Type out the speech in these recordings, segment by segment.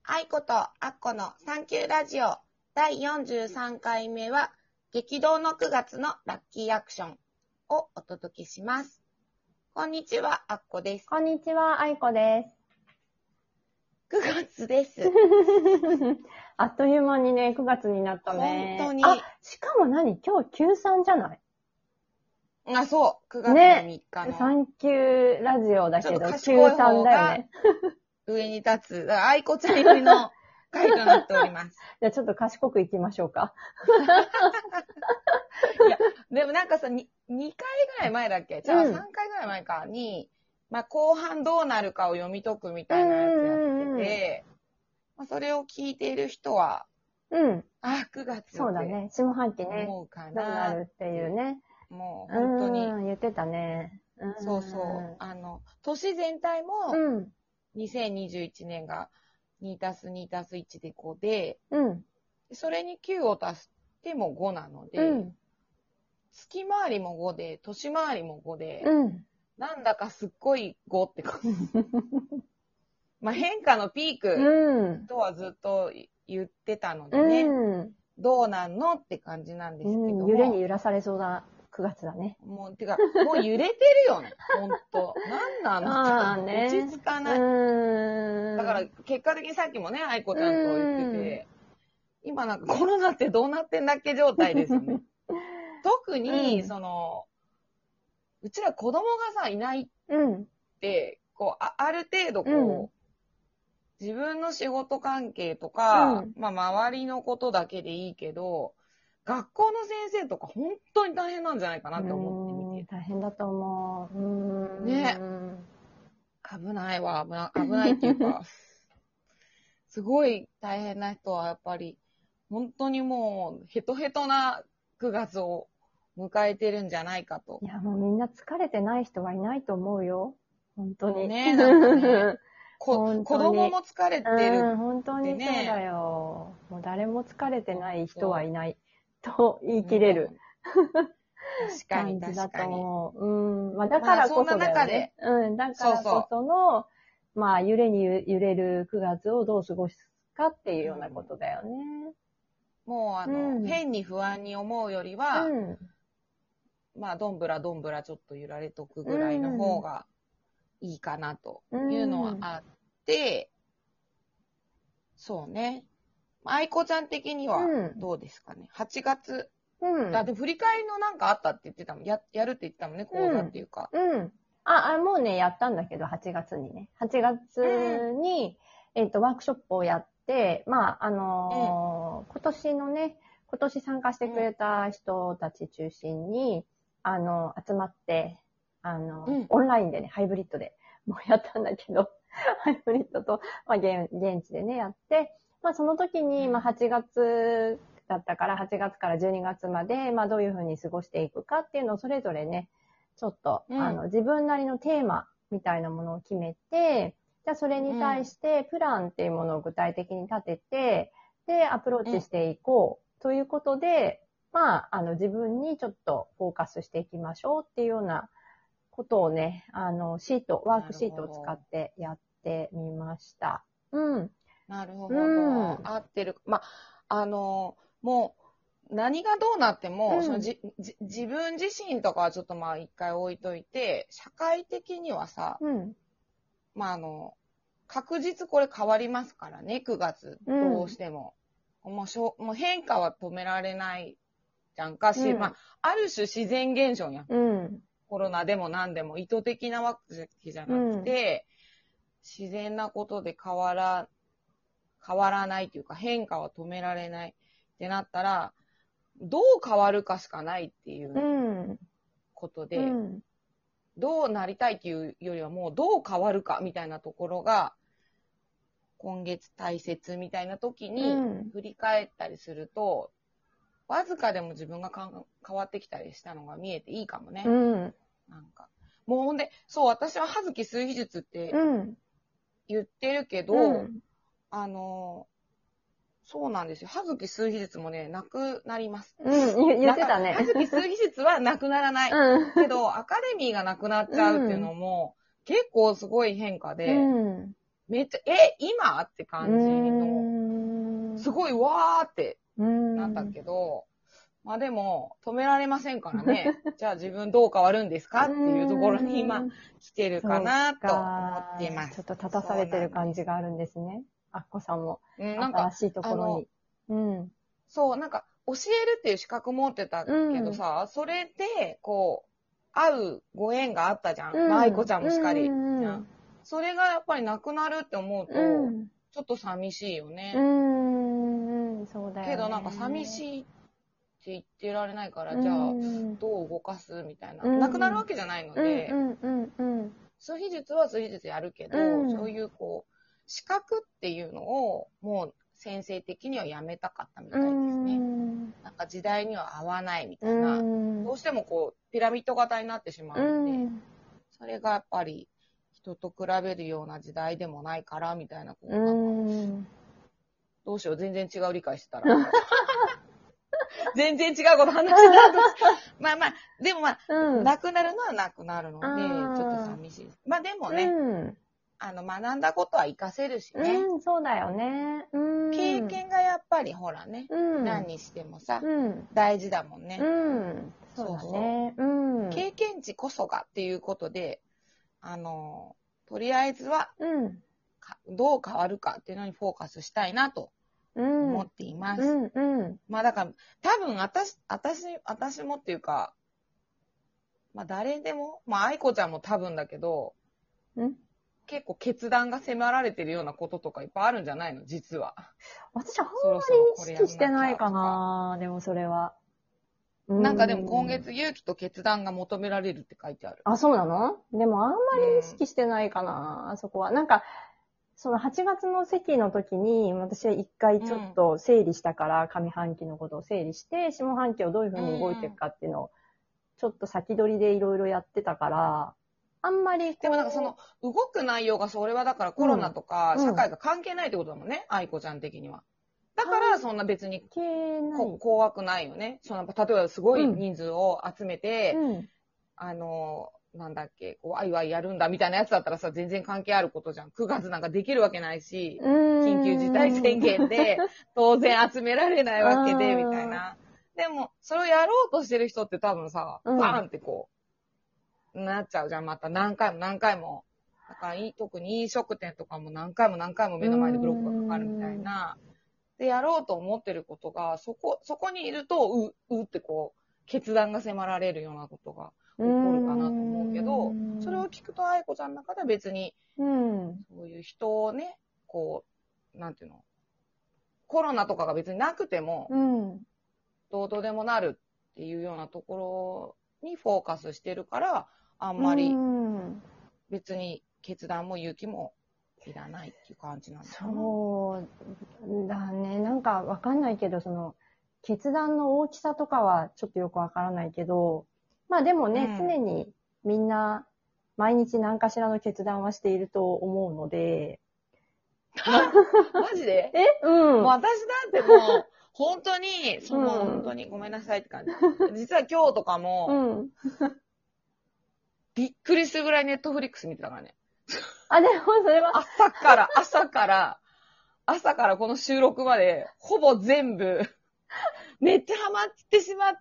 愛子とアッコのサンキューラジオ第43回目は激動の9月のラッキーアクションをお届けします。こんにちは、アッコです。 こんにちは、愛子です。 9月です。 あっという間にね、9月になったね。 本当に。 あ、しかも今日93じゃない？ あ、そう。9月の3日の。 ね、サンキューラジオだけど、 93 だよね。 上に立つ、愛子ちゃん寄りの回となっております。 じゃあちょっと賢くいきましょうか。 いや、でもなんかさ、2回ぐらい前だっけ？じゃあ3回ぐらい前かに、後半どうなるかを読み解くみたいなやつやってて、それを聞いている人は、9月そうだね。下半期ね。 思うかな。 どうなるっていうね。 もう本当に。 言ってたね。 そうそう。年全体も、2021年が 2+2+1 で5で、それに9を足しても5なので、月回りも5で、年回りも5で、なんだかすっごい5って感じ。変化のピークとはずっと言ってたのでね、どうなんのって感じなんですけども。 揺れに揺らされそうな9月だね。 もう揺れてるよね、ほんと。なんなのって落ち着かない。だから結果的にさっきもね、愛子ちゃんと言ってて、今なんかコロナってどうなってんだっけ状態ですよね。特に、うちら子供がさ、いないって、ある程度自分の仕事関係とか、周りのことだけでいいけど、学校の先生とか本当に大変なんじゃないかなって思ってみて。 大変だと思う。 ね。危ないわ、危ないっていうか、すごい大変な人はやっぱり、本当にもうヘトヘトな9月を迎えてるんじゃないかと。 いや、もうみんな疲れてない人はいないと思うよ。本当に。 ね、なんかね。子供も疲れてる、 本当にそうだよ。もう誰も疲れてない人はいないと言い切れる。 確かに感じだと思う。だからこそだよね。だからこその、揺れに揺れる9月をどう過ごすかっていうようなことだよね。 もう変に不安に思うよりは、どんぶらどんぶらちょっと揺られとくぐらいの方がいいかなというのはあって、そうね。愛子ちゃん的にはどうですかね。8月。だって振り返りのなんかあったって言ってたもん。やるって言ってたもんね、講座っていうか。 もうね、やったんだけど、8月にね。8月に、ワークショップをやって、今年参加してくれた人たち中心に、集まって、オンラインでね、ハイブリッドでもうやったんだけど、ハイブリッドと、現地でね、やって、その時に、8月だったから、8月から12月まで、どういうふうに過ごしていくかっていうのをそれぞれね、ちょっと、自分なりのテーマみたいなものを決めて、じゃあそれに対してプランっていうものを具体的に立てて、で、アプローチしていこうということで、自分にちょっとフォーカスしていきましょうっていうようなことをね、ワークシートを使ってやってみました。 なるほど。合ってる。もう、何がどうなっても、自分自身とかはちょっと一回置いといて、社会的にはさ、確実これ変わりますからね、9月。どうしても。もう変化は止められないじゃんかし、ある種自然現象やん。コロナでも何でも意図的なわけじゃなくて、自然なことで変わらないというか、変化は止められないってなったら、どう変わるかしかないっていうことで、どうなりたいっていうよりはもうどう変わるかみたいなところが、今月大切みたいな時に振り返ったりすると、わずかでも自分が変わってきたりしたのが見えていいかもね。なんか。もうほんで、そう、私は葉月数秘術って言ってるけど、そうなんですよ。葉月数秘術もね、なくなります。 言ってたね。 葉月数秘術はなくならない。けど、アカデミーがなくなっちゃうっていうのも、結構すごい変化で、 めっちゃ、今って感じの、すごいわーってなったけど、まあでも、止められませんからね。じゃあ自分どう変わるんですかっていうところに今来てるかなと思っています。 ちょっと立たされてる感じがあるんですね。アッコさんも。 なんか、 新しいところに。 そう、なんか、教えるっていう資格持ってたけどさ、それで、こう、会うご縁があったじゃん。まあ、愛子ちゃんもしかり。それがやっぱりなくなるって思うと、ちょっと寂しいよね。 そうだよね。 けどなんか寂しいって言ってられないから、じゃあ、どう動かすみたいな。なくなるわけじゃないので、数秘術は数秘術やるけど、そういうこう、資格っていうのを、もう先生的にはやめたかったみたいですね。なんか時代には合わないみたいな。どうしてもこう、ピラミッド型になってしまうので、それがやっぱり、人と比べるような時代でもないから、みたいな、こう、なんかどうしよう、全然違う理解してたら。全然違うこと話してた。まあまあ、でもまあ、なくなるのはなくなるので、ちょっと寂しい。まあでもね、学んだことは活かせるしね。 そうだよね。 経験がやっぱりほらね、何にしてもさ、大事だもんね。 そうだね。 経験値こそがっていうことで、とりあえずは、どう変わるかっていうのにフォーカスしたいなと思っています。まあだから、多分私もっていうか、まあ誰でも、まあ愛子ちゃんも多分だけど、結構決断が迫られてるようなこととかいっぱいあるんじゃないの実は。 私はあんまり意識してないかな、でもそれは。 なんかでも今月勇気と決断が求められるって書いてある。 あ、そうなの？でもあんまり意識してないかな、そこは。なんか、その8月の席の時に、私は一回ちょっと整理したから、上半期のことを整理して、下半期をどういうふうに動いていくかっていうのを、ちょっと先取りでいろいろやってたから、あんまりでもなんかその、動く内容がそれはだからコロナとか社会が関係ないってことだもんね、愛子ちゃん的には。だからそんな別に怖くないよね。その例えばすごい人数を集めて、なんだっけ、ワイワイやるんだみたいなやつだったらさ、全然関係あることじゃん。9月なんかできるわけないし、緊急事態宣言で当然集められないわけで、みたいな。でも、それをやろうとしてる人って多分さ、バーンってこう、なっちゃうじゃん。また何回も何回も。だから特に飲食店とかも何回も何回も目の前でブロックがかかるみたいな。で、やろうと思ってることが、そこにいると、ってこう、決断が迫られるようなことが起こるかなと思うけど、それを聞くと愛子ちゃんの中では別に、そういう人をね、こう、なんていうの、コロナとかが別になくても、どうとでもなるっていうようなところにフォーカスしてるから、あんまり別に決断も勇気もいらないっていう感じなんですかね。 そうだね。なんかわかんないけど、その、決断の大きさとかはちょっとよくわからないけど、まあでもね、常にみんな毎日何かしらの決断はしていると思うので。 マジで？もう私だってもう、本当に、本当にごめんなさいって感じ。実は今日とかも、びっくりするぐらいネットフリックス見てたからね。 あ、でもそれは。 朝からこの収録まで、ほぼ全部、めっちゃハマってしまって、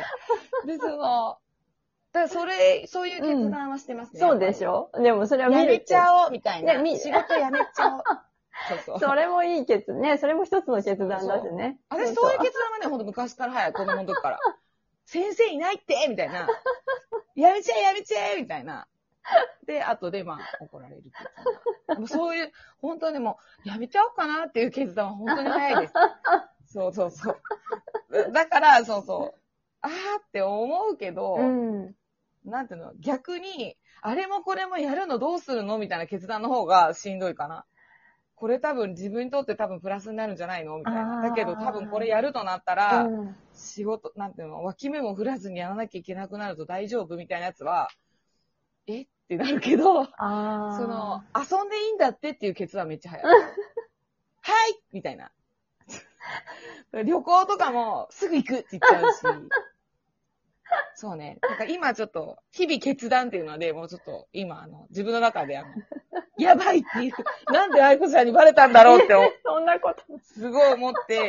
で、だからそういう決断はしてますね。 そうでしょ？でもそれはやめちゃおうみたいな。仕事やめちゃおう。 そう。それもいいね。それも一つの決断だしね。 私そういう決断はね、ほんと昔から早い、子供の時から。先生いないってみたいな。やめちゃえみたいな。で、後でまあ怒られるっていう。もうそういう、本当にもう、やめちゃおうかなっていう決断は本当に早いです。そう。だから、あーって思うけど、なんていうの、逆に、あれもこれもやるのどうするのみたいな決断の方がしんどいかな。これ多分自分にとって多分プラスになるんじゃないのみたいな。だけど多分これやるとなったら、仕事、なんていうの、脇目も振らずにやらなきゃいけなくなると大丈夫みたいなやつは、ってなるけど、遊んでいいんだってっていう決断めっちゃ早い。はいみたいな。旅行とかもすぐ行くって言っちゃうし。そうね。なんか今ちょっと、日々決断っていうので、もうちょっと今自分の中でやばいっていう。なんで愛子ちゃんにバレたんだろうって、 そんなこと。 すごい思って、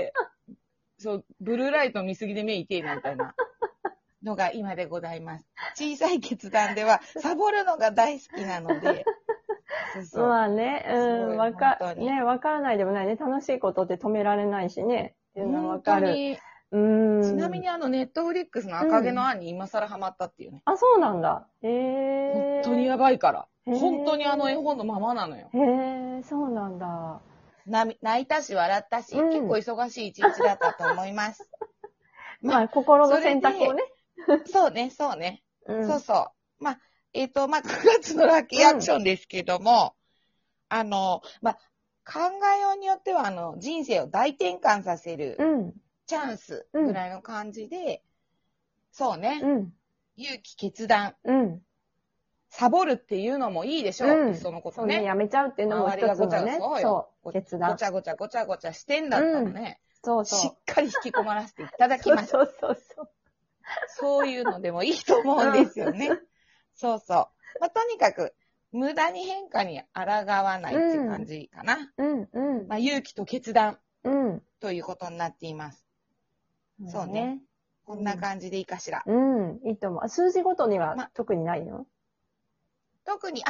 そう、ブルーライト見すぎで目痛いなみたいなのが今でございます。小さい決断では、サボるのが大好きなので。 そうそうまあね、わからないでもないね。楽しいことって止められないしね。っていうのはわかる。 ちなみにネットフリックスの赤毛のアンに今更ハマったっていうね。 あ、そうなんだ。 本当にやばいから。本当に絵本のままなのよ。 そうなんだ。 泣いたし笑ったし、結構忙しい一日だったと思います。 まあ、心の選択をね。 そうね。そうそう。まあ、9月のラッキーアクションですけども、考えようによっては、人生を大転換させる、チャンスぐらいの感じで、そうね、勇気決断、サボるっていうのもいいでしょう、そのことね。 そうね、やめちゃうっていうのも一つのね、 そう決断。ごちゃごちゃしてんだったらね、しっかり引き込まらせていただきます。そういうのでもいいと思うんですよね。そうそう。まあ、とにかく、無駄に変化に抗わないっていう感じかな。まあ、勇気と決断、ということになっています。そうね。こんな感じでいいかしら。 いいと思う。数字ごとには特にないの？ 特に、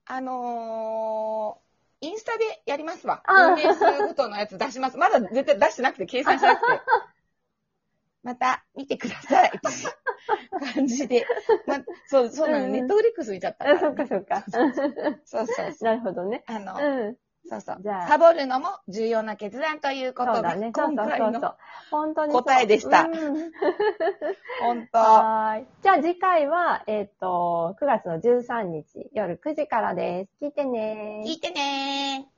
インスタでやりますわ。運営数ごとのやつ出します。まだ絶対出してなくて、計算しなくて。また見てください。感じで。そうなの、ネットフリックス見ちゃったから、ね。 そっか。 そう。 なるほどね。 そう。サボるのも重要な決断ということが、今回の答えでした。本当。 じゃあ次回は、9月の13日夜9時からです。聞いてね。